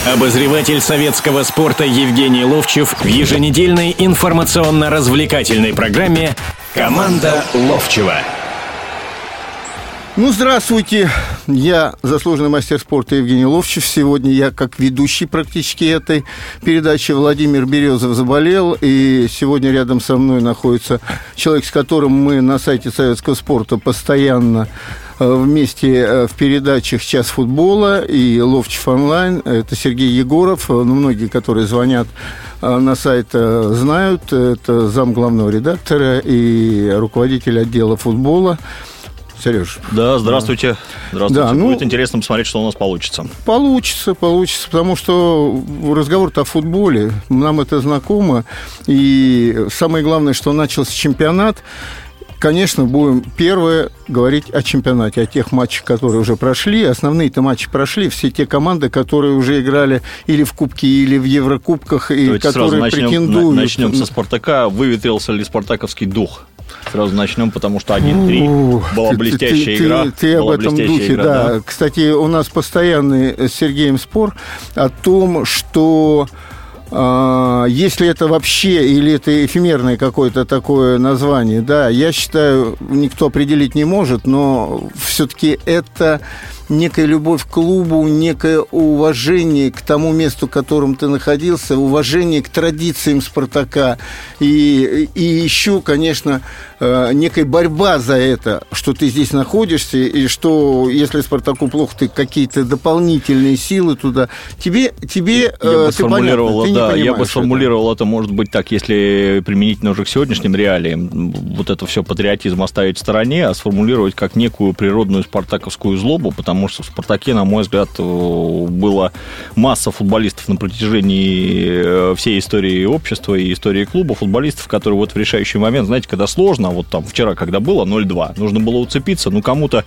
Обозреватель советского спорта Евгений Ловчев в еженедельной информационно-развлекательной программе «Команда Ловчева». Здравствуйте, я заслуженный мастер спорта Евгений Ловчев. Сегодня я как ведущий практически этой передачи. Владимир Березов заболел, и сегодня рядом со мной находится человек, с которым мы на сайте советского спорта постоянно вместе в передачах «Час футбола» и «Ловчев онлайн». Это Сергей Егоров. Многие, которые звонят на сайт, знают. Это зам главного редактора и руководитель отдела футбола. Сереж. Да, здравствуйте. Здравствуйте. Да, будет интересно посмотреть, что у нас получится. Получится, потому что разговор-то о футболе, нам это знакомо. И самое главное, что начался чемпионат. Конечно, будем первое говорить о чемпионате, о тех матчах, которые уже прошли. Основные-то матчи прошли. Все те команды, которые уже играли или в Кубке, или в Еврокубках, и давайте которые претендуют. Начнем со «Спартака». Выветрился ли спартаковский дух? Сразу начнем, потому что 1-3 была блестящая игра. Ты об этом духе, да. Кстати, у нас постоянный с Сергеем спор о том, что если это вообще, или это эфемерное какое-то такое название, да, я считаю, никто определить не может, но все-таки это некая любовь к клубу, некое уважение к тому месту, в котором ты находился, уважение к традициям «Спартака», и еще, конечно, некая борьба за это, что ты здесь находишься, и что, если «Спартаку» плохо, ты какие-то дополнительные силы туда. Тебе я бы сформулировал это, может быть, так, если применительно уже к сегодняшним реалиям, вот это все патриотизм оставить в стороне, а сформулировать как некую природную спартаковскую злобу, потому что в «Спартаке», на мой взгляд, была масса футболистов на протяжении всей истории общества и истории клуба, футболистов, которые вот в решающий момент, знаете, когда сложно, вот там вчера, когда было 0-2, нужно было уцепиться, кому-то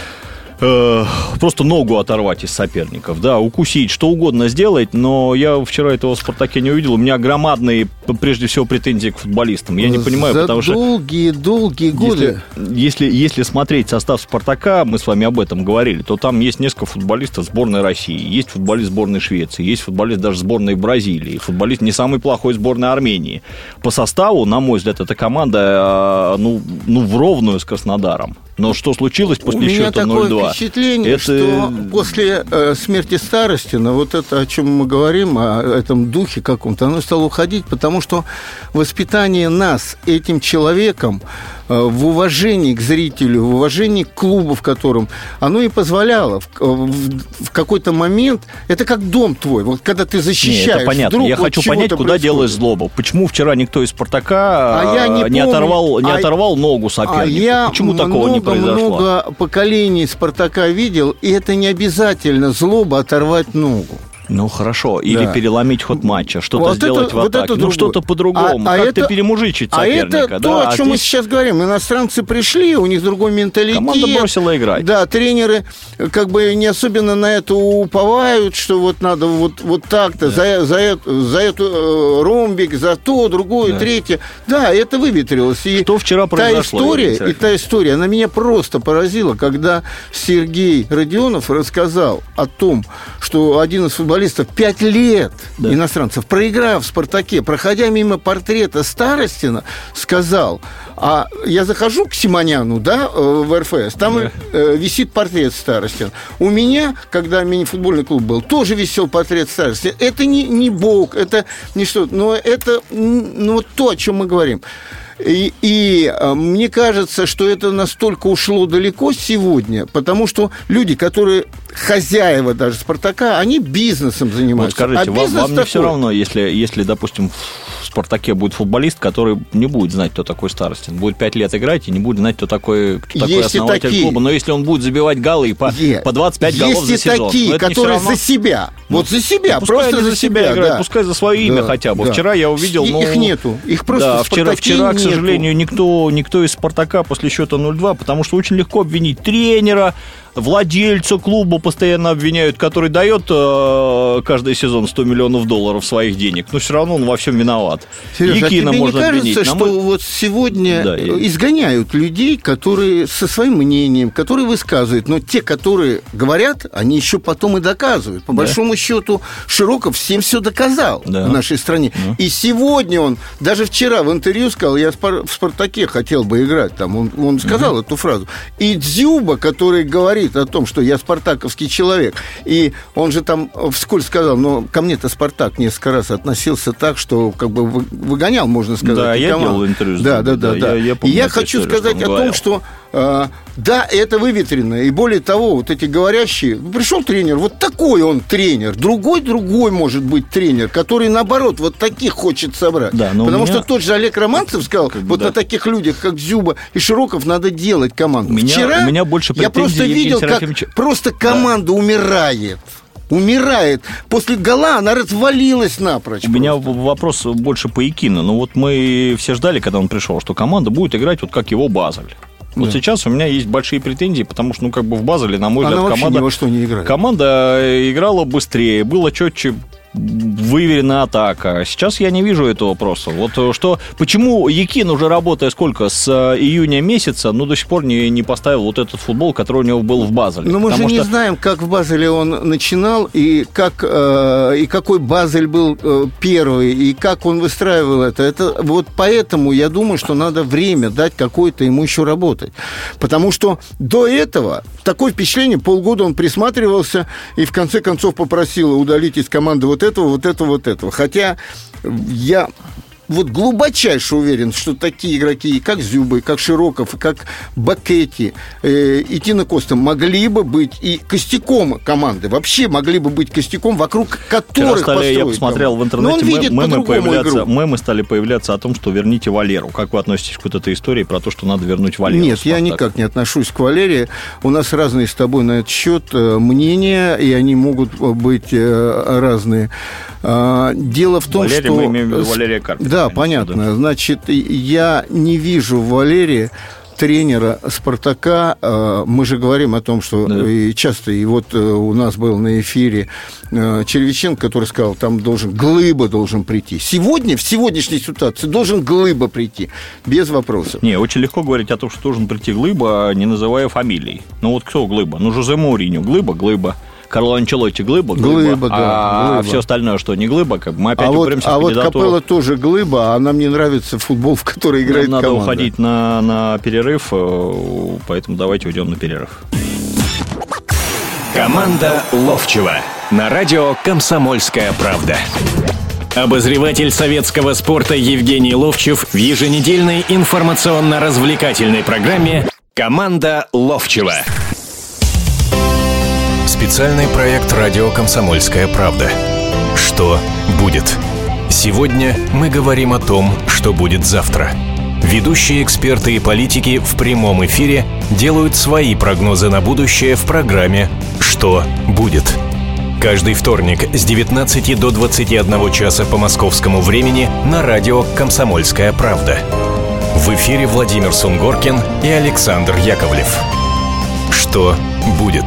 просто ногу оторвать из соперников, да, укусить, что угодно сделать, но я вчера этого в «Спартаке» не увидел. У меня громадные, прежде всего, претензии к футболистам. Я не понимаю, потому что долгие годы. Если смотреть состав «Спартака», мы с вами об этом говорили, то там есть несколько футболистов сборной России, есть футболист сборной Швеции, есть футболист даже сборной Бразилии, футболист не самый плохой сборной Армении. По составу, на мой взгляд, эта команда, в ровную с Краснодаром. Но что случилось после счета 0-2? У меня такое впечатление, что после смерти Старостина, вот это, о чем мы говорим, о этом духе каком-то, оно стало уходить, потому что воспитание нас этим человеком в уважении к зрителю, в уважении к клубу, в котором оно и позволяло в какой-то момент, это как дом твой, вот когда ты защищаешь. Нет, это понятно. Я хочу понять, куда делась злоба. Почему вчера никто из «Спартака» не оторвал ногу сопернику? Почему такого не произошло? Много поколений «Спартака» видел, и это не обязательно злоба оторвать ногу. Хорошо, или переломить ход матча, что-то сделать в атаке, что-то по-другому, как-то перемужичить соперника. Это то, о чем мы сейчас говорим. Иностранцы пришли, у них другой менталитет. Команда бросила играть. Да, тренеры не особенно на это уповают, что вот надо вот так-то, да. за эту ромбик, за то, другое, третье. Да, это выветрилось. И что вчера произошло? Та история, она меня просто поразила, когда Сергей Родионов рассказал о том, что один из футболистов 5 лет иностранцев, проиграв в «Спартаке», проходя мимо портрета Старостина, сказал: а я захожу к Симоняну, в РФС, там висит портрет Старостина. У меня, когда мини-футбольный клуб был, тоже висел портрет Старостина. Это не бог, это не что-то, но это то, о чем мы говорим. И мне кажется, что это настолько ушло далеко сегодня, потому что люди, которые хозяева даже «Спартака», они бизнесом занимаются. Скажите, вам не все равно, если, допустим, в «Спартаке» будет футболист, который не будет знать, кто такой Старостин, будет 5 лет играть и не будет знать, кто такой основатель клуба. Но если он будет забивать голы по 25 голов за сезон... Есть и такие, которые за себя. За себя, просто за себя играют, пускай за свое имя хотя бы. Вчера я увидел... Их нету, их просто в «Спартаке» вчера, к сожалению, никто из «Спартака» после счета 0-2, потому что очень легко обвинить тренера, владельца клуба постоянно обвиняют, который дает каждый сезон $100 миллионов своих денег, но все равно он во всем виноват. Сереж, Якина можно обвинить. Мне кажется, что вот сегодня изгоняют людей, которые со своим мнением, которые высказывают, но те, которые говорят, они еще потом и доказывают. По большому счету, Широков всем все доказал в нашей стране. И сегодня он, даже вчера в интервью сказал, я в «Спартаке» хотел бы играть. Там он сказал эту фразу. И Дзюба, который говорит о том, что я спартаковский человек, и он же там вскользь сказал, но ко мне-то «Спартак» несколько раз относился так, что как бы выгонял, можно сказать. Да, я делал интервью. Да. Я помню, и я хочу сказать о том, что да, это выветрено. И более того, вот эти говорящие... Пришел тренер, вот такой он тренер. Другой может быть тренер, который, наоборот, вот таких хочет собрать. Да, потому что тот же Олег Романцев сказал, вот на таких людях, как Дзюба и Широков, надо делать команду. Вчера у меня больше я просто видел, как просто команда умирает. После гола она развалилась напрочь. У меня вопрос больше по Якину. Ну вот мы все ждали, когда он пришел, что команда будет играть вот как его Базель. Вот сейчас у меня есть большие претензии, потому что, в Базеле, на мой взгляд, команда играла быстрее, было четче выверена атака. Сейчас я не вижу этого вопроса. Вот что, почему Якин, уже работая с июня месяца, до сих пор не поставил вот этот футбол, который у него был в Базеле? Но мы же не знаем, как в Базеле он начинал, и какой Базель был первый, и как он выстраивал это. Вот поэтому я думаю, что надо время дать какое-то ему еще работать. Потому что до этого такое впечатление, полгода он присматривался и в конце концов попросил удалить из команды вот этого. Хотя я глубочайше уверен, что такие игроки, как Зюба, как Широков, как Бакетти и Тино Коста могли бы быть и костяком команды, вообще могли бы быть костяком, вокруг которых построить. Я посмотрел в интернете, мемы стали появляться о том, что верните Валеру. Как вы относитесь к вот этой истории про то, что надо вернуть Валеру? Нет, я никак не отношусь к Валере. У нас разные с тобой на этот счет мнения, и они могут быть разные. Дело в том, что... Мы имеем в виду Валерия Карпина. Да, понятно. Да. Значит, я не вижу в Валерии тренера «Спартака». Мы же говорим о том, что и часто, и вот у нас был на эфире Черевиченко, который сказал, там Глыба должен прийти. Сегодня, в сегодняшней ситуации, должен Глыба прийти, без вопросов. Не, очень легко говорить о том, что должен прийти Глыба, не называя фамилий. Ну вот кто Глыба? Жозе Мауриньо. Глыба. Карло Анчелотти Глыба, Глыба. Все остальное, что не Глыба, мы опять упремся в кандидатуру. Вот Капелло тоже Глыба, а нам не нравится футбол, в который играет команда. Надо уходить на перерыв, поэтому давайте уйдем на перерыв. Команда Ловчева на радио «Комсомольская правда». Обозреватель советского спорта Евгений Ловчев в еженедельной информационно-развлекательной программе «Команда Ловчева». Специальный проект радио «Комсомольская правда». Что будет? Сегодня мы говорим о том, что будет завтра. Ведущие эксперты и политики в прямом эфире делают свои прогнозы на будущее в программе «Что будет?». Каждый вторник с 19 до 21 часа по московскому времени на радио «Комсомольская правда». В эфире Владимир Сунгоркин и Александр Яковлев. Что будет?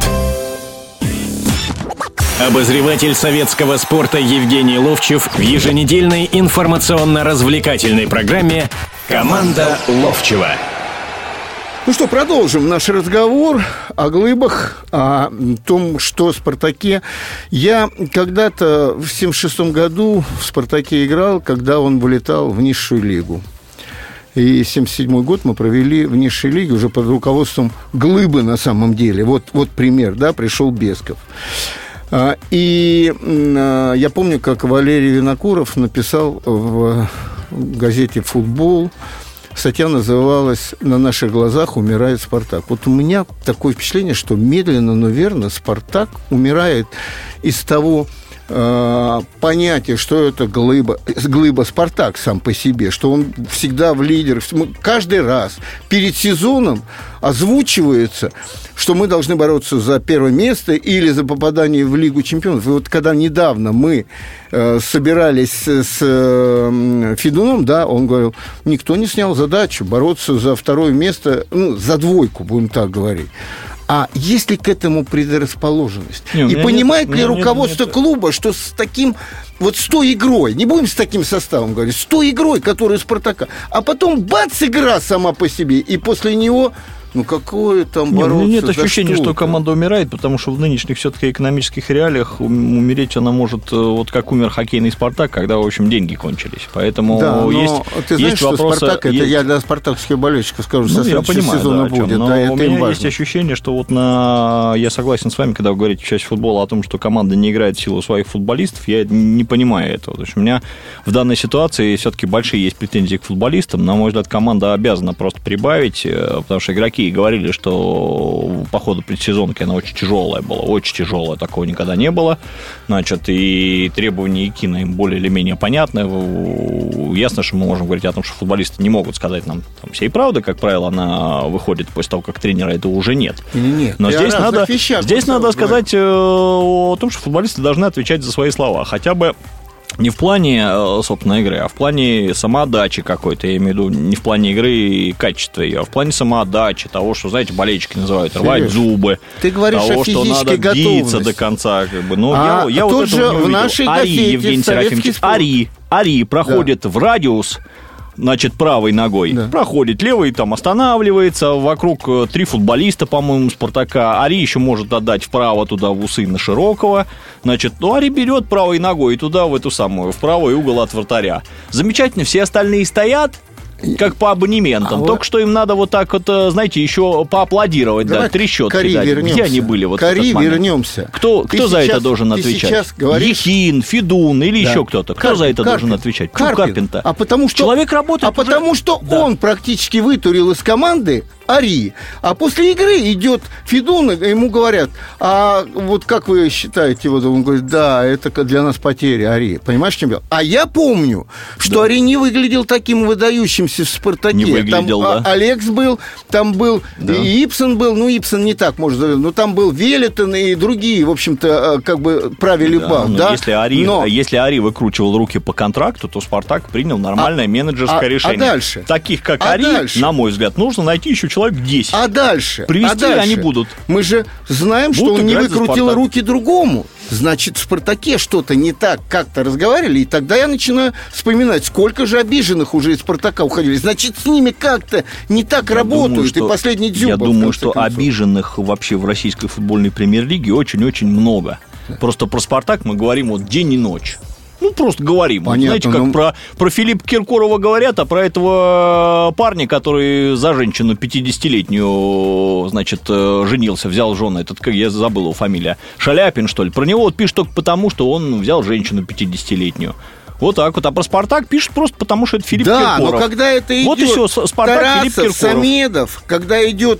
Обозреватель советского спорта Евгений Ловчев в еженедельной информационно-развлекательной программе «Команда Ловчева». Ну что, продолжим наш разговор о Глыбах, о том, что в «Спартаке». Я когда-то в 1976 году в «Спартаке» играл, когда он вылетал в низшую лигу. И 1977 год мы провели в низшей лиге уже под руководством Глыбы на самом деле. Вот пример, да, пришел Бесков. И я помню, как Валерий Винокуров написал в газете «Футбол», статья называлась «На наших глазах умирает Спартак». Вот у меня такое впечатление, что медленно, но верно Спартак умирает из того понятие, что это Глыба Спартак сам по себе, что он всегда в лидерах. Каждый раз перед сезоном озвучивается, что мы должны бороться за первое место или за попадание в Лигу чемпионов. И вот когда недавно мы собирались с Федуном, да, он говорил, никто не снял задачу бороться за второе место, за двойку, будем так говорить. А есть ли к этому предрасположенность? И понимает ли руководство клуба, что с таким, вот с той игрой, не будем с таким составом говорить, с той игрой, которую «Спартака», а потом бац, игра сама по себе, и после него... Ну, какое там бороться? У меня нет ощущения, что команда умирает, потому что в нынешних все-таки экономических реалиях умереть она может, вот как умер хоккейный «Спартак», когда, в общем, деньги кончились. Поэтому да, есть, ты знаешь, есть вопросы... что «Спартак», это я для спартаковских болельщиков скажу, со следующего сезона будет. Но у меня есть ощущение, что вот я согласен с вами, когда вы говорите в части футбола о том, что команда не играет в силу своих футболистов, я не понимаю этого. То есть у меня в данной ситуации все-таки большие есть претензии к футболистам. На мой взгляд, команда обязана просто прибавить, потому что игроки говорили, что по ходу предсезонки она очень тяжелая была, очень тяжелая, такого никогда не было. Значит, и требования Икина им более или менее понятны. Ясно, что мы можем говорить о том, что футболисты не могут сказать нам там всей правды, как правило, она выходит после того, как тренера этого уже нет. Нет. Но здесь надо сказать о том, что футболисты должны отвечать за свои слова, хотя бы не в плане, собственно, игры, а в плане самоотдачи какой-то. Я имею в виду не в плане игры и качества ее, а в плане самоотдачи, того, что, знаете, болельщики называют рвать зубы. Ты говоришь того, о физической что надо готовности. биться до конца. Как бы. Ну, я тут вот же этого не в нашей газете Евгений Серафимович, Ари проходит в радиус, значит, правой ногой, проходит, левой там останавливается, вокруг 3 футболиста, по-моему, «Спартака», Ари еще может отдать вправо туда в усы на Широкого, значит, Ари берет правой ногой туда, в эту самую, в правый угол от вратаря. Замечательно, все остальные стоят, как по абонементам. Только что им надо вот так вот, знаете, еще поаплодировать, да, трещотки дать. Где они были вот в этот момент? Вернемся. Кто за это должен отвечать? Ехин, Федун или еще кто-то? Кто за это должен отвечать? Карпин. А потому что человек работает. Потому что он практически вытурил из команды Ари. А после игры идет Федун, и ему говорят: а вот как вы считаете? Вот он говорит: да, это для нас потеря, Ари. Понимаешь, чем дело? А я помню, что Ари не выглядел таким выдающимся в «Спартаке». Не выглядел, там Алекс был, там был и Ипсон был. Ну, Ипсон не так, может, но там был Велитон и другие, в общем-то, как бы правили бал. Да? Если Ари выкручивал руки по контракту, то «Спартак» принял нормальное менеджерское решение. А дальше? Таких, как Ари, на мой взгляд, нужно найти еще человек 10. А дальше? Привести они будут. Мы же знаем, что он не выкрутил руки другому. Значит, в «Спартаке» что-то не так, как-то разговаривали, и тогда я начинаю вспоминать, сколько же обиженных уже из «Спартака» уходили. Значит, с ними как-то не так работают, и последний Дзюба. Я думаю, что обиженных вообще в российской футбольной премьер-лиге очень-очень много. Просто про «Спартак» мы говорим вот день и ночь. Ну, просто говорим. Понятно, знаете, как про Филиппа Киркорова говорят, а про этого парня, который за женщину 50-летнюю, значит, женился, взял жену. Этот, я забыл его фамилия. Шаляпин, что ли? Про него вот пишут только потому, что он взял женщину 50-летнюю. Вот так вот. А про «Спартак» пишут просто потому, что это Филипп Киркоров. Да, но когда это идет... Вот и все, «Спартак», Тарасов, Филипп Киркоров. Самедов, когда идет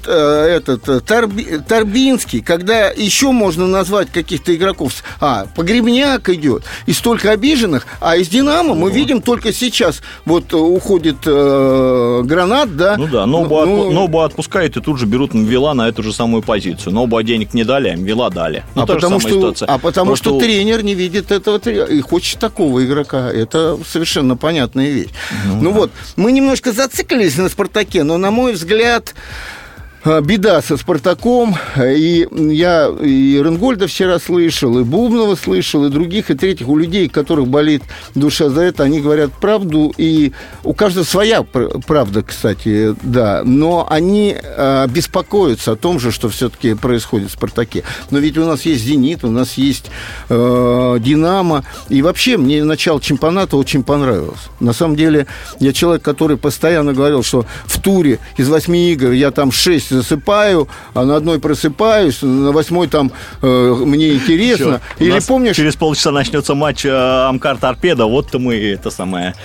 Торбинский, когда еще можно назвать каких-то игроков... Погребняк идет, и столько обиженных. А из «Динамо» мы видим только сейчас. Вот уходит Гранат, да? Ну да, Ноба отпускает, и тут же берут Мвила на эту же самую позицию. Ноба денег не дали, а Мвила дали. Потому что тренер не видит этого и хочет такого игрока. Это совершенно понятная вещь. Ну вот, мы немножко зациклились на «Спартаке», но, на мой взгляд, беда со «Спартаком». И я и Ренгольда вчера слышал, и Бубнова слышал, и других, и третьих. У людей, у которых болит душа за это, они говорят правду. И у каждого своя правда, кстати, да. Но они беспокоятся о том же, что все-таки происходит в «Спартаке». Но ведь у нас есть «Зенит», у нас есть «Динамо». И вообще мне начало чемпионата очень понравилось. На самом деле, я человек, который постоянно говорил, что в туре из 8 игр я там 6 засыпаю, а на одной просыпаюсь, на 8 там мне интересно. Всё. Или помнишь... Через полчаса начнется матч Амкар-Торпедо, вот-то мы это самое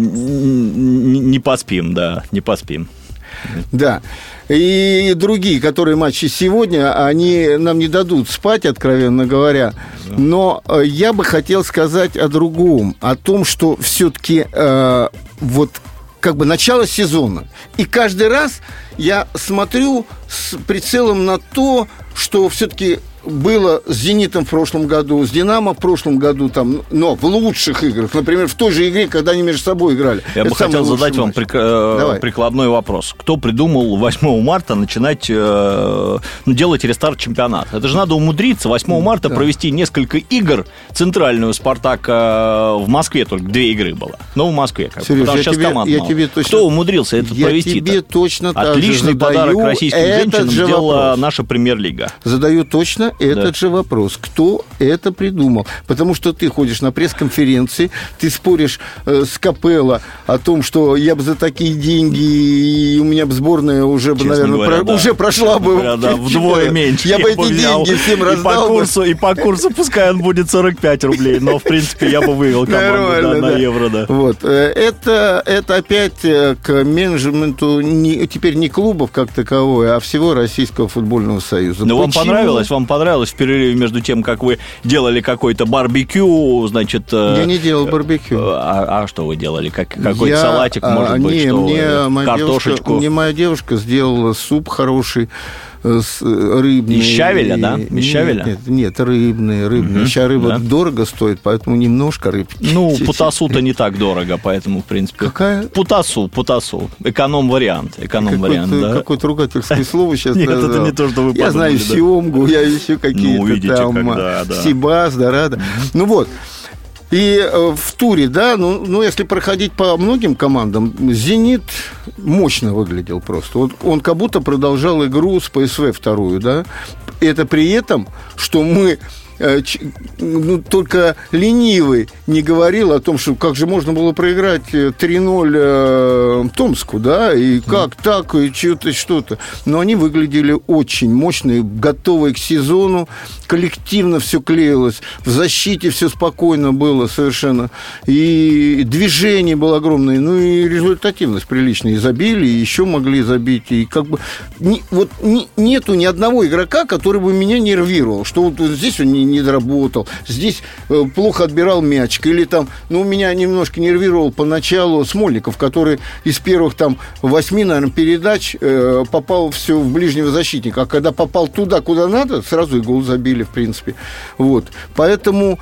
не поспим, да, не поспим. Да. И другие, которые матчи сегодня, они нам не дадут спать, откровенно говоря. Но я бы хотел сказать о другом, о том, что все-таки вот как бы начало сезона. И каждый раз я смотрю с прицелом на то, что все-таки было с «Зенитом» в прошлом году, с «Динамо» в прошлом году, там, но в лучших играх, например, в той же игре, когда они между собой играли. Я бы хотел задать вам прикладной вопрос. Кто придумал 8 марта начинать делать рестарт чемпионата? Это же надо умудриться 8 марта провести несколько игр. Центральную «Спартак» в Москве только 2 игры было. Но в Москве. Сереж, потому что сейчас команд мало. Кто умудрился это провести? Я тебе точно так же Отличный подарок российским женщинам сделала наша премьер-лига. Задаю точно этот же вопрос. Кто это придумал? Потому что ты ходишь на пресс-конференции, ты споришь с Капелло о том, что я бы за такие деньги, и у меня бы сборная уже бы, наверное, уже прошла бы вдвое меньше. Я бы эти деньги всем раздал. И по курсу пускай он будет 45 рублей, но, в принципе, я бы вывел команду на евро. Да. Вот. Это опять к менеджменту теперь не клубов как таковой, а всего Российского футбольного союза. Но вам понравилось в перерыве между тем, как вы делали какой-то барбекю, значит... Я не делал барбекю. А что вы делали? Какой-то салатик, может быть, картошечку? Мне моя девушка сделала суп хороший, рыбный. Из щавеля, да? Из щавеля? Нет, рыбный. Сейчас рыба дорого стоит, поэтому немножко рыбки. Ну, путасу-то не так дорого, поэтому, в принципе... Какая? Путасу. Эконом-вариант, да? Какое-то ругательское слово сейчас сказал. Нет, это не то, что вы подумали. Я знаю сёмгу, я еще какие-то там... Сибас, дорадо. Ну вот. И в туре, да, ну, если проходить по многим командам, «Зенит» мощно выглядел просто. Он как будто продолжал игру с ПСВ вторую, да. Это при этом, что мы... только ленивый не говорил о том, что как же можно было проиграть 3-0 Томску, да, и как так, и что-то. Но они выглядели очень мощные, готовые к сезону, коллективно все клеилось, в защите все спокойно было совершенно, и движение было огромное, ну и результативность приличная, и забили, и еще могли забить, и как бы нету ни одного игрока, который бы меня нервировал, что вот здесь он не доработал, здесь плохо отбирал мячик, или там, меня немножко нервировал поначалу Смольников, который из первых там 8, наверное, передач попал все в ближнего защитника, а когда попал туда, куда надо, сразу и гол забили, в принципе. Вот. Поэтому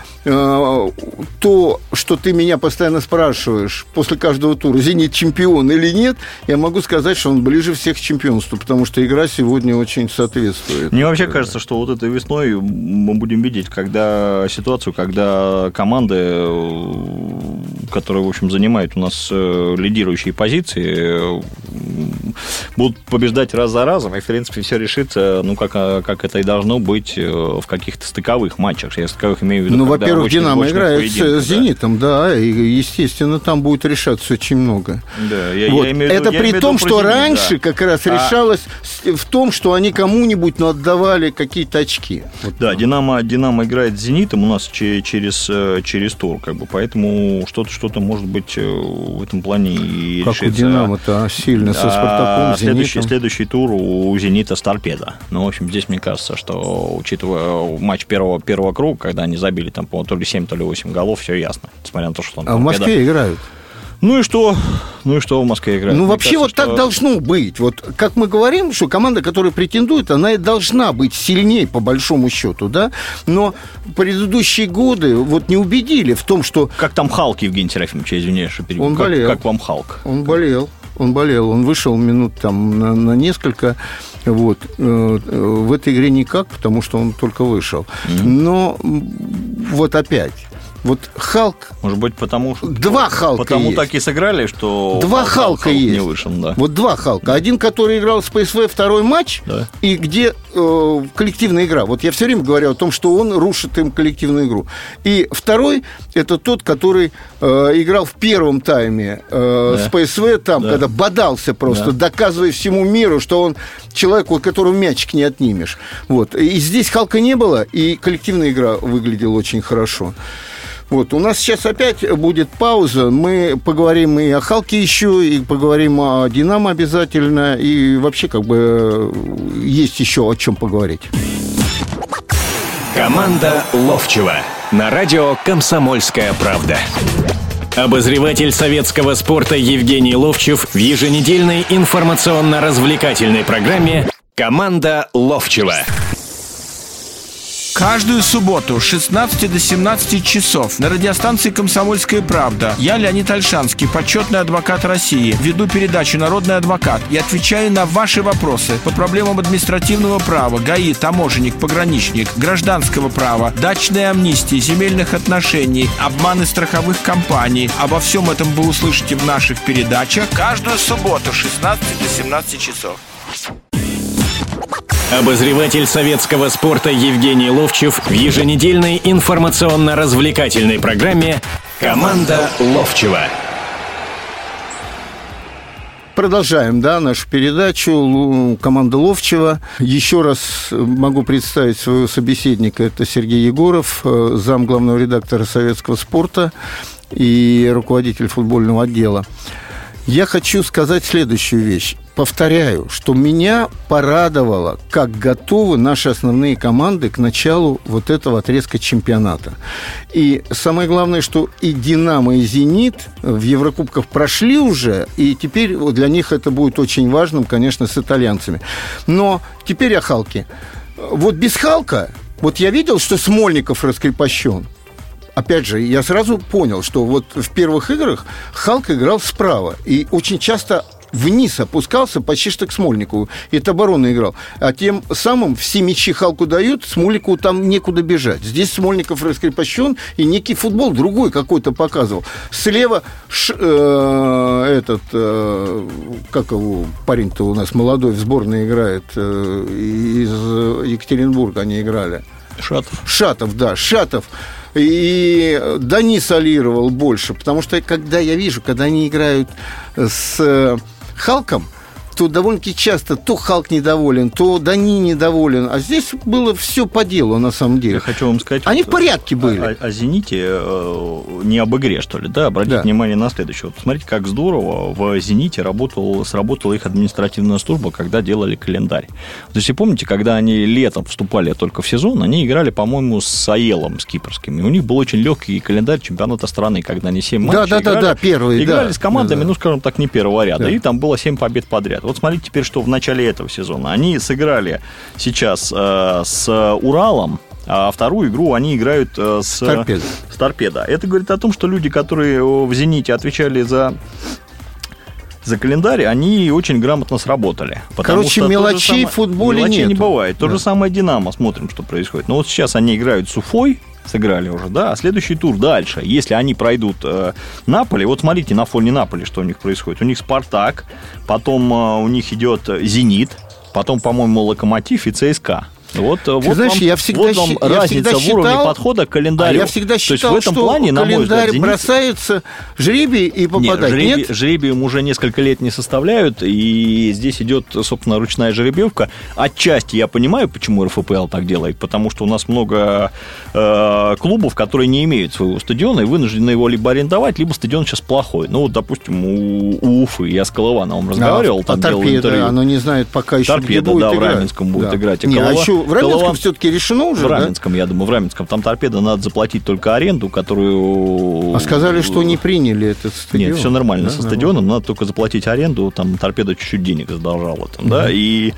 то, что ты меня постоянно спрашиваешь после каждого тура, «Зенит» чемпион или нет, я могу сказать, что он ближе всех к чемпионству, потому что игра сегодня очень соответствует. Мне вообще кажется, что вот этой весной мы будем видеть когда команды, которые, в общем, занимают у нас лидирующие позиции, будут побеждать раз за разом, и, в принципе, все решится, как это и должно быть в каких-то стыковых матчах. Я стыковых имею в виду, во-первых, «Динамо» играет с «Зенитом», да, и, естественно, там будет решаться очень много. Да, это при том, что раньше как раз решалось в том, что они кому-нибудь отдавали какие-то очки. Да, «Динамо» играет с «Зенитом» у нас через тур, поэтому что-то может быть в этом плане и как решится. У «Динамо»-то сильно со «Спартаком», следующий тур у «Зенита» с «Торпедо». В общем, здесь мне кажется, что, учитывая матч первого круга, когда они забили там, по-моему, то ли 7, то ли 8 голов, все ясно, несмотря на то, что в Москве играют. Ну и что в Москве играет? Вообще кажется, так должно быть. Вот как мы говорим, что команда, которая претендует, она и должна быть сильнее, по большому счету, да? Но предыдущие годы не убедили в том, что... Как там Халк, Евгений Серафимович, извиняюсь, что перебил. Он болел. Как вам Халк? Он болел. Он вышел минут там на несколько. В этой игре никак, потому что он только вышел. Но опять... Халк... Может быть, потому что... Два Халка Потому есть. Так и сыграли, что... Два Халка есть. Не вышел, да. Два Халка. Один, который играл с ПСВ второй матч, да. И где коллективная игра. Я все время говорю о том, что он рушит им коллективную игру. И второй, это тот, который играл в первом тайме с ПСВ, там, когда бодался просто, доказывая всему миру, что он человек, у которого мячик не отнимешь. И здесь Халка не было, и коллективная игра выглядела очень хорошо. У нас сейчас опять будет пауза. Мы поговорим и о Халке еще, и поговорим о «Динамо» обязательно. И вообще, есть еще о чем поговорить. Команда Ловчева на радио «Комсомольская правда». Обозреватель советского спорта Евгений Ловчев в еженедельной информационно-развлекательной программе «Команда Ловчева». Каждую субботу с 16 до 17 часов на радиостанции «Комсомольская правда» я, Леонид Ольшанский, почетный адвокат России, веду передачу «Народный адвокат» и отвечаю на ваши вопросы по проблемам административного права, ГАИ, таможенник, пограничник, гражданского права, дачной амнистии, земельных отношений, обманы страховых компаний. Обо всем этом вы услышите в наших передачах каждую субботу с 16 до 17 часов. Обозреватель советского спорта Евгений Ловчев в еженедельной информационно-развлекательной программе «Команда Ловчева». Продолжаем, нашу передачу «Команда Ловчева». Еще раз могу представить своего собеседника. Это Сергей Егоров, зам главного редактора «Советского спорта» и руководитель футбольного отдела. Я хочу сказать следующую вещь. Повторяю, что меня порадовало, как готовы наши основные команды к началу вот этого отрезка чемпионата. И самое главное, что и «Динамо», и «Зенит» в Еврокубках прошли уже, и теперь для них это будет очень важным, конечно, с итальянцами. Но теперь о «Халке». Вот без «Халка», вот я видел, что Смольников раскрепощен. Опять же, я сразу понял, что вот в первых играх «Халк» играл справа и очень часто вниз опускался почти что к Смольникову. Это оборону играл. А тем самым все мячи «Халку» дают, Смольникову там некуда бежать. Здесь Смольников раскрепощен и некий футбол другой какой-то показывал. Слева как его парень-то у нас молодой в сборной играет, из Екатеринбурга они играли. Шатов. И Дани солировал больше, потому что когда я вижу, когда они играют с «Халком», то довольно-таки часто то «Халк» недоволен, то Дани недоволен. А здесь было все по делу, на самом деле. Я хочу вам сказать... Они в порядке были. О «Зените», не об игре, что ли, обратите внимание на следующее. Вот посмотрите, как здорово в «Зените» сработала их административная служба, когда делали календарь. То есть, помните, когда они летом вступали только в сезон, они играли, по-моему, с АЕЛом, с кипрским. И у них был очень легкий календарь чемпионата страны, когда они 7 матчей играли с командами, скажем так, не первого ряда. И там было 7 побед подряд. Вот смотрите теперь, что в начале этого сезона. Они сыграли сейчас с Уралом, а вторую игру они играют с Торпедо. Это говорит о том, что люди, которые в «Зените» отвечали за календарь, они очень грамотно сработали. Короче, мелочей в футболе нет. Мелочей не бывает. То же самое «Динамо». Смотрим, что происходит. Но вот сейчас они играют с Уфой, сыграли уже, а следующий тур дальше. Если они пройдут Наполи, вот смотрите на фоне Наполи, что у них происходит. У них «Спартак», потом у них идет «Зенит», потом, по-моему, «Локомотив» и «ЦСКА». Вот знаешь, вам разница в уровне подхода к календарю. Я всегда считал, в этом что плане, на мой взгляд, календарь бросается жребий и попадает. Нет? Жребием уже несколько лет не составляют, и здесь идет, собственно, ручная жеребьевка. Отчасти я понимаю, почему РФПЛ так делает, потому что у нас много клубов, которые не имеют своего стадиона и вынуждены его либо арендовать, либо стадион сейчас плохой. Ну, вот, допустим, у Уфы, я с Колывановым разговаривал, там делал интервью. Оно не знает пока еще, где будет играть. В Раменском будет играть. В Раменском все-таки решено уже, В Раменском, я думаю, в Раменском. Там «Торпедо» надо заплатить только аренду, которую... А сказали, что не приняли этот стадион. Нет, все нормально со стадионом, надо только заплатить аренду, там «Торпедо» чуть-чуть денег задолжало. И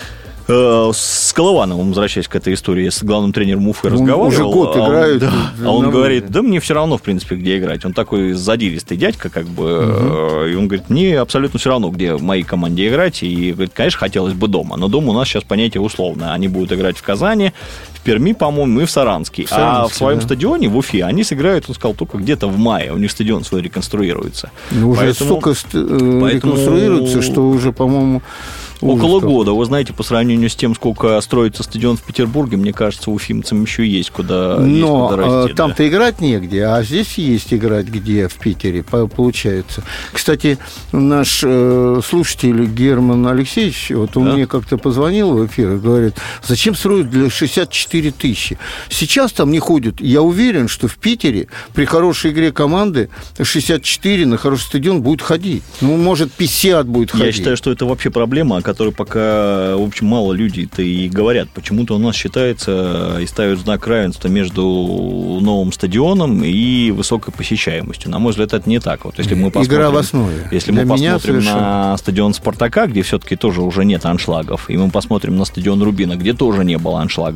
с Колывановым, возвращаясь к этой истории, я с главным тренером Уфы разговаривал. Уже год играет. А он говорит, мне все равно, в принципе, где играть. Он такой задиристый дядька, и он говорит, мне абсолютно все равно, где в моей команде играть. И говорит, конечно, хотелось бы дома, но дома у нас сейчас понятие условное. Они будут играть в Казани, в Перми, по-моему, и в Саранске. А в своем стадионе, в Уфе, они сыграют, он сказал, только где-то в мае. У них стадион свой реконструируется. Уже столько реконструируется, что уже, по-моему... Около года. Вы знаете, по сравнению с тем, сколько строится стадион в Петербурге, мне кажется, уфимцам еще есть куда расти. Но там-то играть негде, а здесь есть играть где в Питере, получается. Кстати, наш слушатель Герман Алексеевич, он мне как-то позвонил в эфир и говорит, зачем строить для 64 тысячи? Сейчас там не ходят. Я уверен, что в Питере при хорошей игре команды 64 на хороший стадион будет ходить. Может, 50 будет ходить. Я считаю, что это вообще проблема, о которой пока, в общем, мало людей-то и говорят. Почему-то у нас считается и ставят знак равенства между новым стадионом и высокой посещаемостью. На мой взгляд, это не так. Вот если мы посмотрим, игра в основе. Если мы посмотрим на стадион «Спартака», где все-таки тоже уже нет аншлагов, и мы посмотрим на стадион «Рубина», где тоже не было аншлагов в прошлом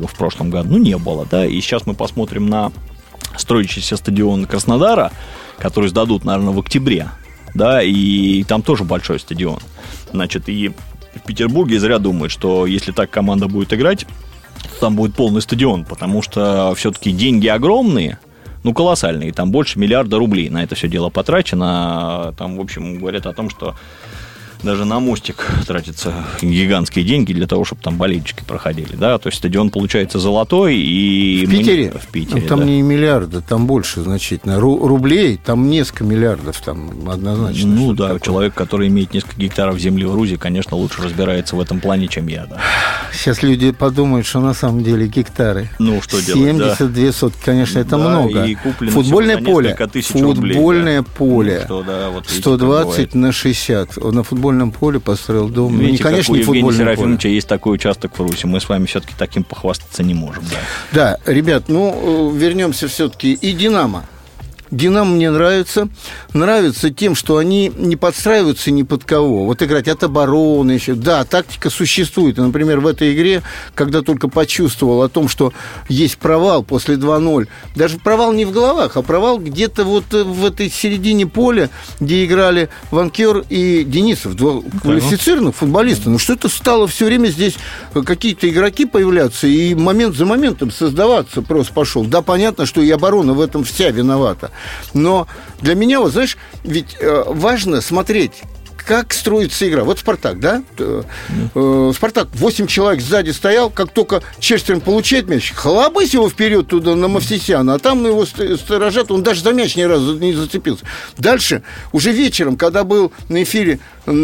году? Не было, да. И сейчас мы посмотрим на строящийся стадион Краснодара, который сдадут, наверное, в октябре, да, и там тоже большой стадион. Значит, и в Петербурге зря думают, что если так команда будет играть, там будет полный стадион, потому что все-таки деньги огромные, колоссальные, там больше миллиарда рублей на это все дело потрачено. Там, в общем, говорят о том, что даже на мостик тратятся гигантские деньги для того, чтобы там болельщики проходили, да, то есть стадион получается золотой. И в Питере? В Питере, там да. Не миллиарды, там больше значительно. Рублей, там несколько миллиардов, там однозначно. Да, такое. Человек, который имеет несколько гектаров земли в Грузии, конечно, лучше разбирается в этом плане, чем я, да. Сейчас люди подумают, что на самом деле гектары. Что делать, 72 сотки, конечно, это много. И футбольное поле. Футбольное рублей, поле. Да. 120 на 60. На футбольном поле построил дом. Видите, конечно, как у Евгения Серафимовича есть такой участок в Руси. Мы с вами все-таки таким похвастаться не можем. Да, ребят, вернемся все-таки. И «Динамо». «Динамо» мне нравится. Нравится тем, что они не подстраиваются ни под кого. Вот играть от обороны еще. Да, тактика существует. И, например, в этой игре, когда только почувствовал о том, что есть провал после 2-0, даже провал не в головах, а провал где-то вот в этой середине поля, где играли Ванкер и Денисов, два квалифицированных футболиста. Что-то стало все время здесь какие-то игроки появляться, и момент за моментом создаваться просто пошел. Да, понятно, что и оборона в этом вся виновата. Но для меня, вот знаешь, ведь важно смотреть, как строится игра. Вот «Спартак», да? «Спартак» 8 человек сзади стоял, как только Черстерн получает мяч, хлобысь его вперед туда на Мовсисяна, а там его сторожат, он даже за мяч ни разу не зацепился. Дальше, уже вечером, когда был на эфире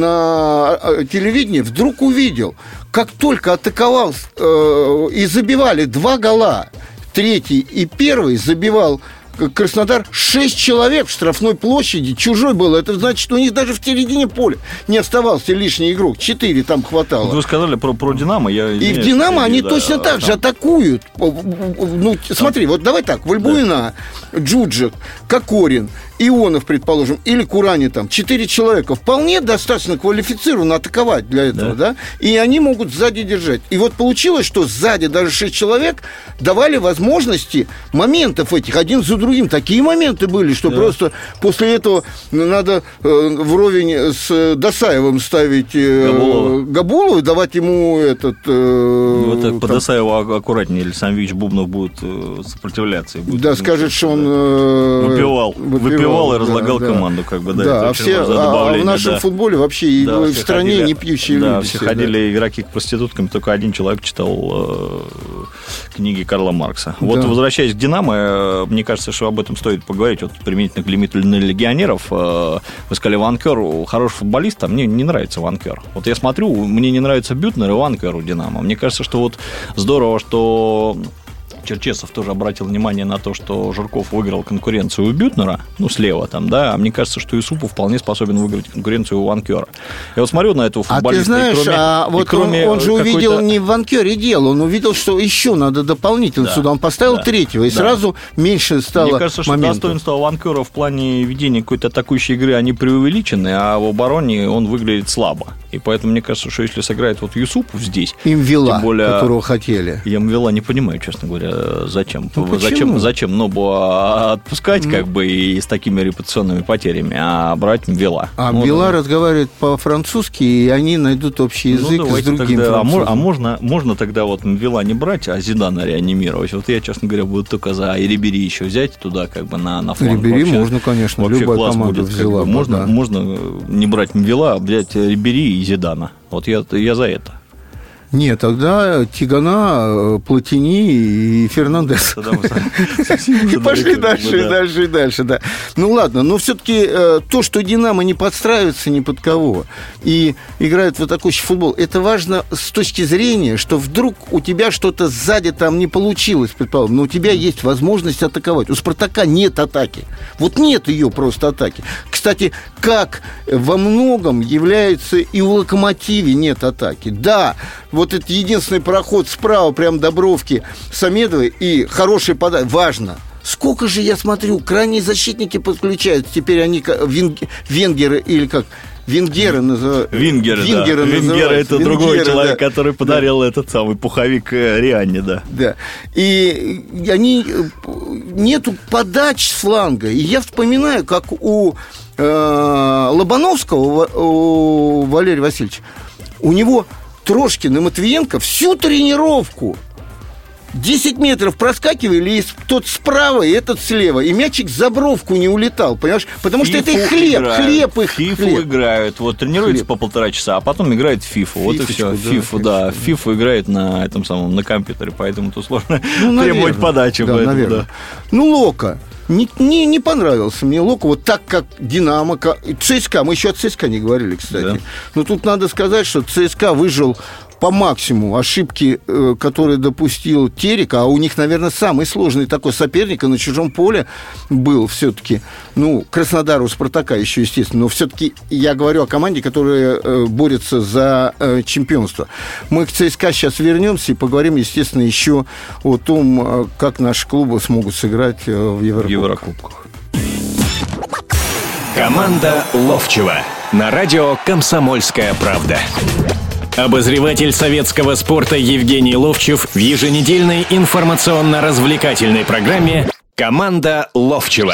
на телевидении, вдруг увидел, как только атаковал и забивали 2 гола, третий и первый забивал Краснодар, 6 человек в штрафной площади, чужой был. Это значит, что у них даже в середине поля не оставался лишний игрок. 4 там хватало. Вы сказали про «Динамо». И в «Динамо» они точно так же атакуют. Смотри, вот давай так. Вальбуина, Джуджик, Кокорин, Ионов, предположим, или Курани, там, 4 человека вполне достаточно квалифицированно атаковать для этого, да? И они могут сзади держать. И вот получилось, что сзади даже 6 человек давали возможности моментов этих один за другим. Такие моменты были, что просто после этого надо вровень с Досаевым ставить Габулова, давать ему этот... Вот так по Досаеву аккуратнее, или Самвич Бубнов будет сопротивляться. Да, скажет, что он... Выпивал и разлагал команду, как бы, да. Да, в нашем футболе вообще и в стране не пьющие люди. Да, все ходили игроки к проституткам, только один человек читал книги Карла Маркса. Вот, возвращаясь к «Динамо», мне кажется, что об этом стоит поговорить. Вот применительно к лимиту легионеров. Вы сказали, Ванкер хороший футболист, а мне не нравится Ванкер. Вот я смотрю, мне не нравится Бютнер и Ванкер у «Динамо». Мне кажется, что вот здорово, что Черчесов тоже обратил внимание на то, что Жирков выиграл конкуренцию у Бютнера, слева там, да, а мне кажется, что Юсупов вполне способен выиграть конкуренцию у Ванкера. Я вот смотрю на этого футболиста. А ты знаешь, он же увидел не в Ванкере дело, он увидел, что еще надо дополнительно сюда. Он поставил третьего, и сразу меньше стало Мне кажется, что моментов. Достоинства Ванкера в плане ведения какой-то атакующей игры, они преувеличены, а в обороне он выглядит слабо. И поэтому мне кажется, что если сыграет вот Юсупов здесь... Имвела, которого хотели. Я Имвела не понимаю, честно говоря, зачем. Зачем Нобу отпускать, как бы, и с такими репутационными потерями, а брать Имвела. А Имвела разговаривает по-французски, и они найдут общий язык с другим французом. Можно тогда вот Имвела не брать, а Зидана реанимировать. Вот я, честно говоря, буду только за Рибери еще взять туда, как бы, на фланг. Рибери можно, конечно, любая команда взяла. Можно не брать Имвела, а взять Рибери и Зидана. Вот я за это. Нет, тогда Тигана, Платини и Фернандес. И пошли дальше. Да. Ну ладно, но все-таки то, что «Динамо» не подстраивается ни под кого и играет в атакующий футбол, это важно с точки зрения, что вдруг у тебя что-то сзади там не получилось, предположим, но у тебя есть возможность атаковать. У «Спартака» нет атаки. Вот нет ее просто атаки. Кстати, как во многом является и у «Локомотиве» нет атаки. Да, вот этот единственный проход справа, прям до бровки Самедовой, и хороший подача, важно. Сколько же, я смотрю, крайние защитники подключаются. Теперь они венгеры или как... Венгеры называют. Венгеры, да. Венгеры – это другой человек, который подарил этот самый пуховик Рианне, да. Да. И нету подач с фланга. И я вспоминаю, как у Лобановского, у Валерия Васильевича, у него Трошкин и Матвиенко всю тренировку 10 метров проскакивали, и тот справа, и этот слева, и мячик за бровку не улетал, понимаешь? Потому что это их хлеб их фифу хлеб. Играют, вот тренируются по 1,5 часа, а потом играют в фифу, вот и все. Фифу, да, фифу играет на этом самом, на компьютере, поэтому тут сложно требовать подачи. Да, наверное. Да. Ну, Лока. Не понравился мне Лока, вот так, как Динамо, ЦСКА. Мы еще о ЦСКА не говорили, кстати. Да. Но тут надо сказать, что ЦСКА выжил по максимуму ошибки, которые допустил Терек, а у них, наверное, самый сложный такой соперник на чужом поле был все-таки, Краснодар у Спартака еще, естественно, но все-таки я говорю о команде, которая борется за чемпионство. Мы к ЦСКА сейчас вернемся и поговорим, естественно, еще о том, как наши клубы смогут сыграть в Еврокубках. Команда Ловчева на радио «Комсомольская правда». Обозреватель советского спорта Евгений Ловчев в еженедельной информационно-развлекательной программе «Команда Ловчева».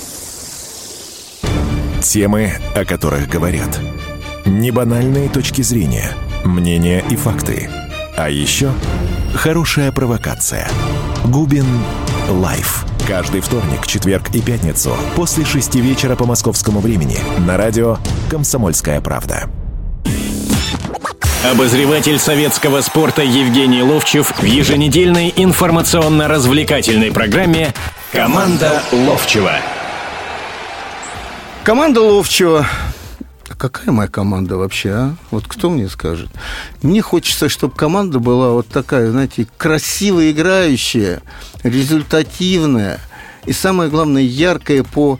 Темы, о которых говорят. Небанальные точки зрения, мнения и факты. А еще хорошая провокация. Губин Лайф. Каждый вторник, четверг и пятницу после 6 вечера по московскому времени на радио «Комсомольская правда». Обозреватель советского спорта Евгений Ловчев в еженедельной информационно-развлекательной программе «Команда Ловчева». Команда Ловчева. Какая моя команда вообще, а? Вот кто мне скажет? Мне хочется, чтобы команда была вот такая, знаете, красиво играющая, результативная и, самое главное, яркая по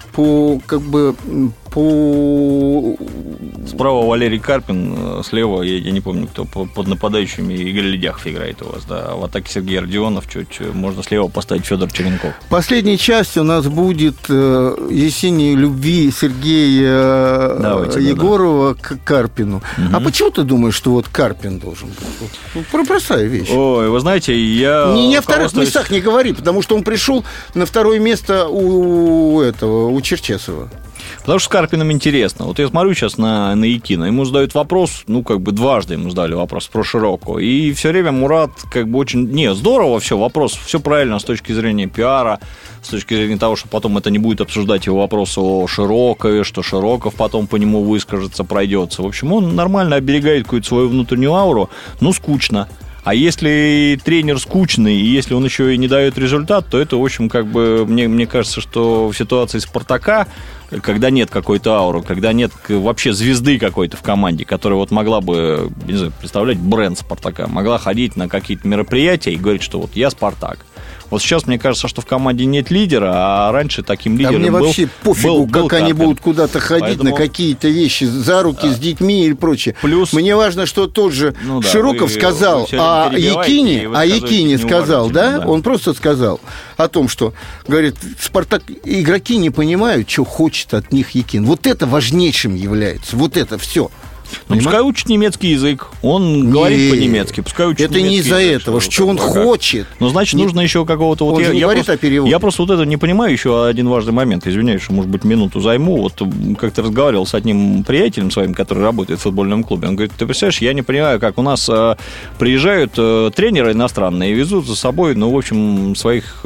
Справа Валерий Карпин, слева, я не помню, кто, под нападающими Игорь Ледяхов играет у вас, да. В атаке Сергей Родионов, чуть можно слева поставить Федор Черенков. Последняя часть у нас будет «Есенней любви» Сергея Егорова к Карпину. Угу. А почему ты думаешь, что вот Карпин должен был? Простая вещь. Ой, вы знаете, я... Не о вторых местах не говори, потому что он пришел на второе место у Черчесова. Потому что с Карпиным интересно. Вот я смотрю сейчас на Якина, ему задают вопрос, дважды ему задали вопрос про Широко. И все время Мурат очень... здорово все, вопрос, все правильно с точки зрения пиара, с точки зрения того, что потом это не будет обсуждать его вопрос о Широкове, что Широков потом по нему выскажется, пройдется. В общем, он нормально оберегает какую-то свою внутреннюю ауру, скучно. А если тренер скучный, и если он еще и не дает результат, то это, в общем, мне кажется, что в ситуации Спартака, когда нет какой-то ауры, когда нет вообще звезды какой-то в команде, которая вот могла бы, не знаю, представлять бренд Спартака, могла ходить на какие-то мероприятия и говорить, что вот я Спартак. Вот сейчас, мне кажется, что в команде нет лидера, а раньше таким лидером был... мне вообще пофигу, как они будут куда-то ходить. Поэтому... на какие-то вещи, за руки с детьми или прочее. Плюс... Мне важно, что тот же Широков сказал о Якине сказал, да? Он просто сказал о том, что, говорит, Спартак, игроки не понимают, что хочет от них Якин. Вот это важнейшим является, вот это все. Пускай учит немецкий язык, он говорит по-немецки, пускай учит это не из-за этого, что он хочет. Значит, нужно еще какого-то... Он не говорит о переводе. Я просто вот это не понимаю, еще один важный момент, извиняюсь, что, может быть, минуту займу. Вот как-то разговаривал с одним приятелем своим, который работает в футбольном клубе, он говорит, ты представляешь, я не понимаю, как у нас приезжают тренеры иностранные и везут за собой, в общем, своих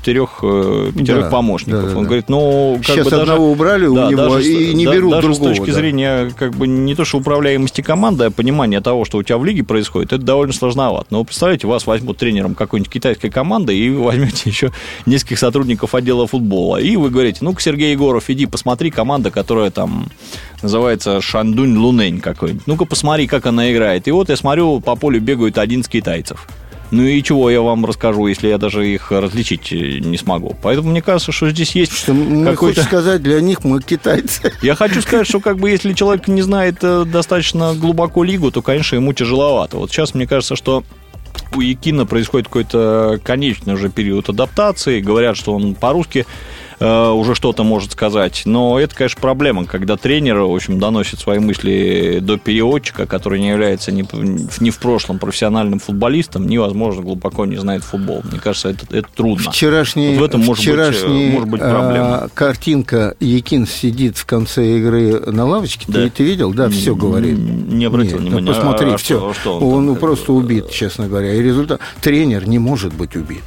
4-5 помощников. Да. Он говорит, сейчас одного убрали у него и не берут даже другого. С точки зрения, не то, что управляемости команды, а понимание того, что у тебя в лиге происходит, это довольно сложновато. Но вы представляете, вас возьмут тренером какой-нибудь китайской команды, и вы возьмете еще нескольких сотрудников отдела футбола. И вы говорите, Сергей Егоров, иди посмотри, команда, которая там называется Шандунь Лунэнь какой-нибудь. Ну-ка посмотри, как она играет. И вот я смотрю, по полю бегают 11 китайцев. И чего я вам расскажу, если я даже их различить не смогу. Поэтому мне кажется, что здесь есть хочешь сказать, для них мы китайцы. Я хочу сказать, что если человек не знает достаточно глубоко лигу, то, конечно, ему тяжеловато. Вот сейчас мне кажется, что у Якина происходит какой-то конечный уже период адаптации. Говорят, что он по-русски уже что-то может сказать. Но это, конечно, проблема, когда тренер, в общем, доносит свои мысли до переводчика, который не является ни в прошлом профессиональным футболистом, ни, возможно, глубоко не знает футбол. Мне кажется, это трудно. Вчерашняя вот в этом может быть проблема. Картинка: Якин сидит в конце игры на лавочке. Да. Ты видел? Да, все говорит. Не обратил внимания. Посмотри, все. Что он просто убит, честно говоря. И результат: тренер не может быть убит.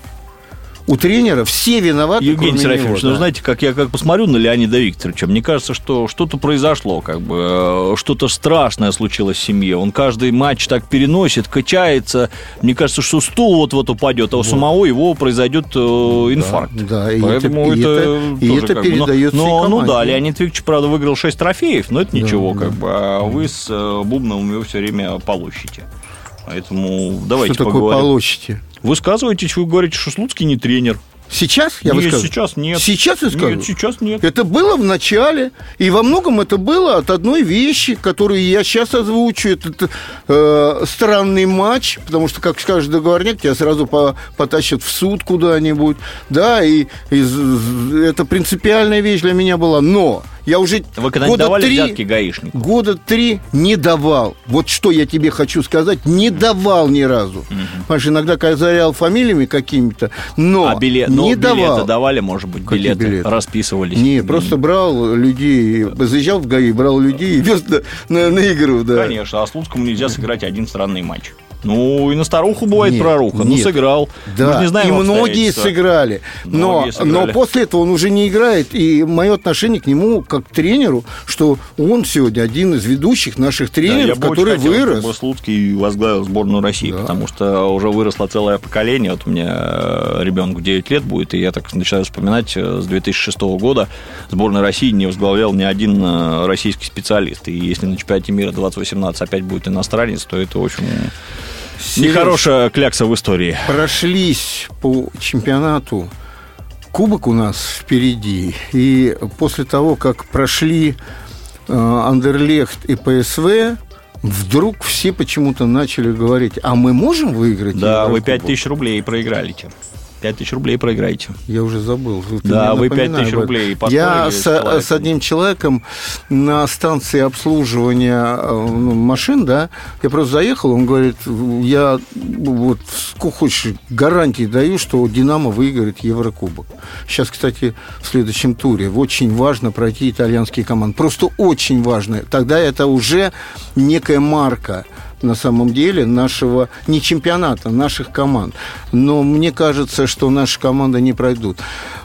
У тренера все виноваты, Евгений Серафимович, него, да. знаете, как я посмотрю на Леонида Викторовича, мне кажется, что что-то произошло, что-то страшное случилось в семье. Он каждый матч так переносит, качается. Мне кажется, что стул вот упадет, а у самого его произойдет инфаркт. Да, поэтому это передается Ну да, Леонид Викторович, правда, выиграл 6 трофеев, но это ничего, а вы с Бубновым его все время получите. Поэтому давайте что поговорим. Что такое получите? Высказываетесь, вы говорите, что Слуцкий не тренер. Сейчас? Нет, сейчас нет. Сейчас высказываю? Нет, сейчас нет. Это было в начале, и во многом это было от одной вещи, которую я сейчас озвучу. Это странный матч, потому что, как скажешь договорняк, тебя сразу потащат в суд куда-нибудь. Да, и это принципиальная вещь для меня была. Но я уже вы когда-нибудь давали взятки гаишнику? Года 3 не давал. Вот что я тебе хочу сказать, не давал ни разу. Потому что иногда козырял фамилиями какими-то, но не давал. Билеты давали, может быть, билеты расписывались? Не, просто брал людей, заезжал в ГАИ, брал людей и вез на игру. Да. Конечно, а Слуцкому нельзя сыграть один странный матч. Ну, и на старуху бывает проруха. Ну, сыграл. Да, мы же не знаем, и многие сыграли. Но после этого он уже не играет. И мое отношение к нему, как к тренеру, что он сегодня один из ведущих наших тренеров, который вырос. Чтобы Слуцкий возглавил сборную России, потому что уже выросло целое поколение. Вот у меня ребенку 9 лет будет, и я так начинаю вспоминать, с 2006 года сборную России не возглавлял ни один российский специалист. И если на чемпионате мира 2018 опять будет иностранец, то это, в общем... Нехорошая клякса в истории. Прошлись по чемпионату. Кубок у нас впереди. И после того, как прошли Андерлехт и ПСВ, вдруг все почему-то начали говорить: а мы можем выиграть? Да, вы 5000 рублей проиграли. 5000 рублей проиграете. Я уже забыл. Да, вы 5000 рублей поставили. Я с одним человеком на станции обслуживания машин, да, я просто заехал, он говорит: я вот сколько хочешь гарантии даю, что «Динамо» выиграет Еврокубок. Сейчас, кстати, в следующем туре очень важно пройти итальянские команды. Просто очень важно. Тогда это уже некая марка, на самом деле, нашего, не чемпионата, наших команд. Но мне кажется, что наши команды не пройдут.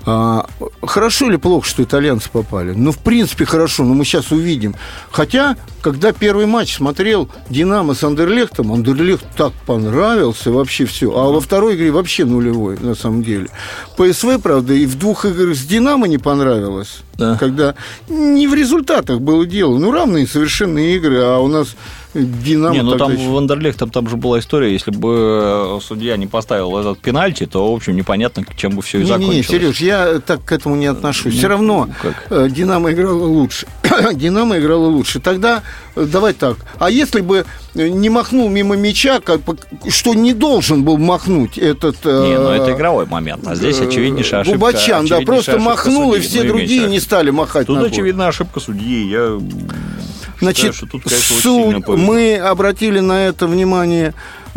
Хорошо или плохо, что итальянцы попали? Ну, в принципе, хорошо, но мы сейчас увидим. Хотя, когда первый матч смотрел «Динамо» с Андерлехтом, Андерлехт так понравился вообще все. А во второй игре вообще нулевой, на самом деле. ПСВ, правда, и в 2 играх с «Динамо» не понравилось. Да. Когда не в результатах было дело. Ну, равные совершенно игры, а у нас «Динамо». Не, ну там в Андерлехте там же была история, если бы судья не поставил этот пенальти, то, в общем, непонятно, чем бы все и закончилось. Не, Сереж, я так к этому не отношусь. Все равно «Динамо» играла лучше. «Динамо» играла лучше. Тогда давай так. А если бы не махнул мимо мяча, что не должен был махнуть этот... Не, ну это игровой момент. А здесь очевиднейшая ошибка. Губачан, да, просто махнул, и все другие не стали махать. Тут очевидна ошибка судьи. Я Значит, считаю, что тут, конечно, мы обратили на это внимание,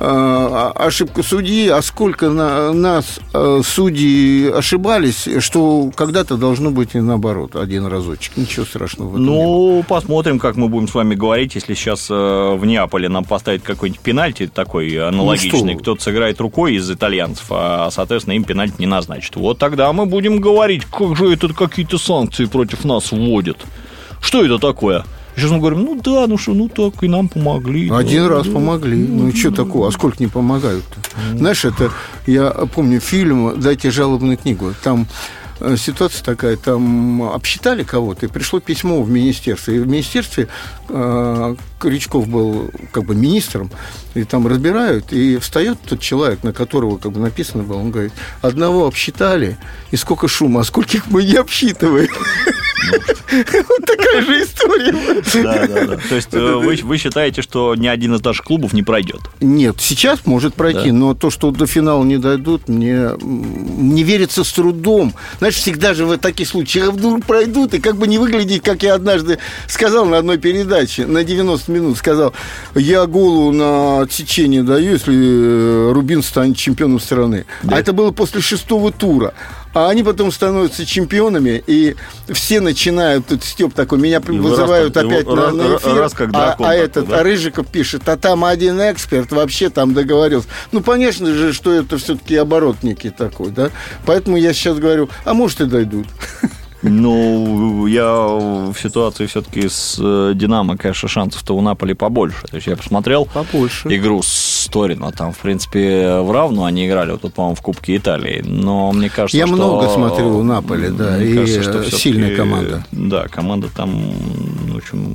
ошибка судьи, а сколько нас судьи ошибались, что когда-то должно быть и наоборот, один разочек. Ничего страшного в этом не было. Посмотрим, как мы будем с вами говорить, если сейчас в Неаполе нам поставят какой-нибудь пенальти такой аналогичный, кто-то сыграет рукой из итальянцев, а, соответственно, им пенальти не назначат. Вот тогда мы будем говорить, как же это какие-то санкции против нас вводят. Что это такое? Сейчас мы говорим, ну да, ну так и нам помогли. Один раз помогли. Ну и что такого? А сколько не помогают-то? Знаешь, это, я помню фильм «Дайте жалобную книгу». Там ситуация такая, там обсчитали кого-то, и пришло письмо в министерство. И в министерстве Крючков был как бы министром, и там разбирают, и встает тот человек, на которого как бы написано было, он говорит: одного обсчитали, и сколько шума, а скольких мы не обсчитываем. Вот такая же история. Да. То есть вы считаете, что ни один из наших клубов не пройдет? Нет, сейчас может пройти, но то, что до финала не дойдут, мне не верится с трудом. Знаешь, всегда же в таких случаях вдруг пройдут, и как бы не выглядеть, как я однажды сказал на одной передаче, на 90 минут сказал, я голову на отсечение даю, если Рубин станет чемпионом страны. Да. А это было после 6-го тура. А они потом становятся чемпионами, и все начинают, тут Степ такой, меня вызывают опять на эфир, а Рыжиков пишет, а там один эксперт вообще там договорился. Ну, понятно же, что это все-таки оборот некий такой, да? Поэтому я сейчас говорю, а может и дойдут. Ну, я в ситуации все-таки с «Динамо», конечно, шансов-то у Наполи побольше. То есть я посмотрел игру с Торино, там, в принципе, в равную они играли, вот тут, по-моему, в Кубке Италии. Но мне кажется, я много смотрю у Наполи, да, и кажется, что сильная команда. Да, команда там, в общем...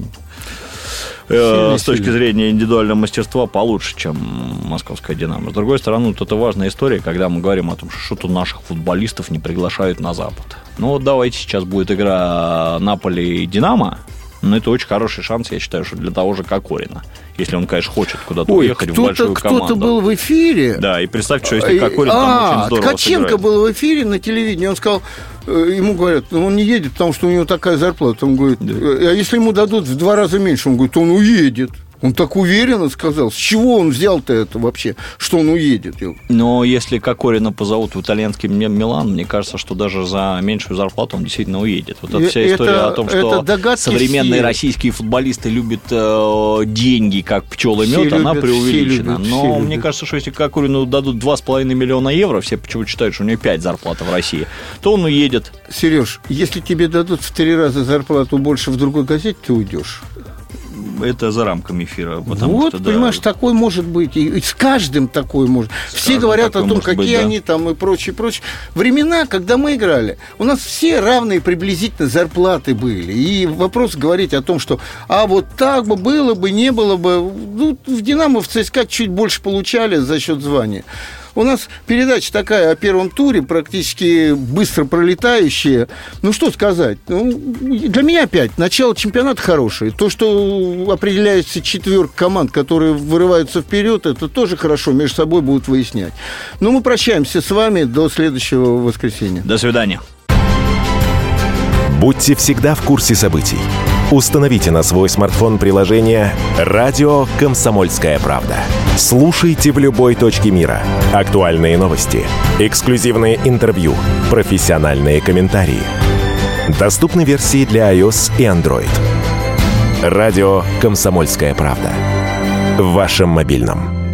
с точки зрения индивидуального мастерства получше, чем московская «Динамо». С другой стороны, вот это важная история, когда мы говорим о том, что что-то наших футболистов не приглашают на Запад. Ну, вот давайте сейчас будет игра Наполи и «Динамо». Но это очень хороший шанс, я считаю, что для того же Кокорина. Если он, конечно, хочет куда-то уехать в большую команду. Кто-то был в эфире. Да, и представьте, что если Кокорин там очень здорово Ткаченко сыграет. был в эфире на телевидении, он сказал, ему говорят, он не едет, потому что у него такая зарплата. Он говорит, а если ему дадут в 2 раза меньше, он говорит, он уедет. Он так уверенно сказал. С чего он взял-то это вообще, что он уедет? Но если Кокорина позовут в итальянский Милан, мне кажется, что даже за меньшую зарплату он действительно уедет. Вот эта вся история о том, что современные российские футболисты любят деньги, как пчелы мед, она преувеличена. Но мне кажется, что если Кокорину дадут 2,5 миллиона евро, все почему-то считают, что у него 5 зарплат в России, то он уедет. Сереж, если тебе дадут в 3 раза зарплату больше в другой газете, ты уйдешь. Это за рамками эфира. Вот, что, понимаешь, да, такой может быть. И с каждым такой может. Все говорят о том, какие быть, они там и прочее. Времена, когда мы играли, у нас все равные приблизительно зарплаты были. И вопрос говорить о том, что вот так бы было бы, не было бы. Ну, в «Динамо», в ЦСКА чуть больше получали за счет звания. У нас передача такая о первом туре, практически быстро пролетающая. Ну, что сказать? Для меня опять начало чемпионата хорошее. То, что определяется 4 команд, которые вырываются вперед, это тоже хорошо, между собой будут выяснять. Но мы прощаемся с вами до следующего воскресенья. До свидания. Будьте всегда в курсе событий. Установите на свой смартфон приложение «Радио Комсомольская правда». Слушайте в любой точке мира. Актуальные новости, эксклюзивные интервью, профессиональные комментарии. Доступны версии для iOS и Android. «Радио Комсомольская правда». В вашем мобильном.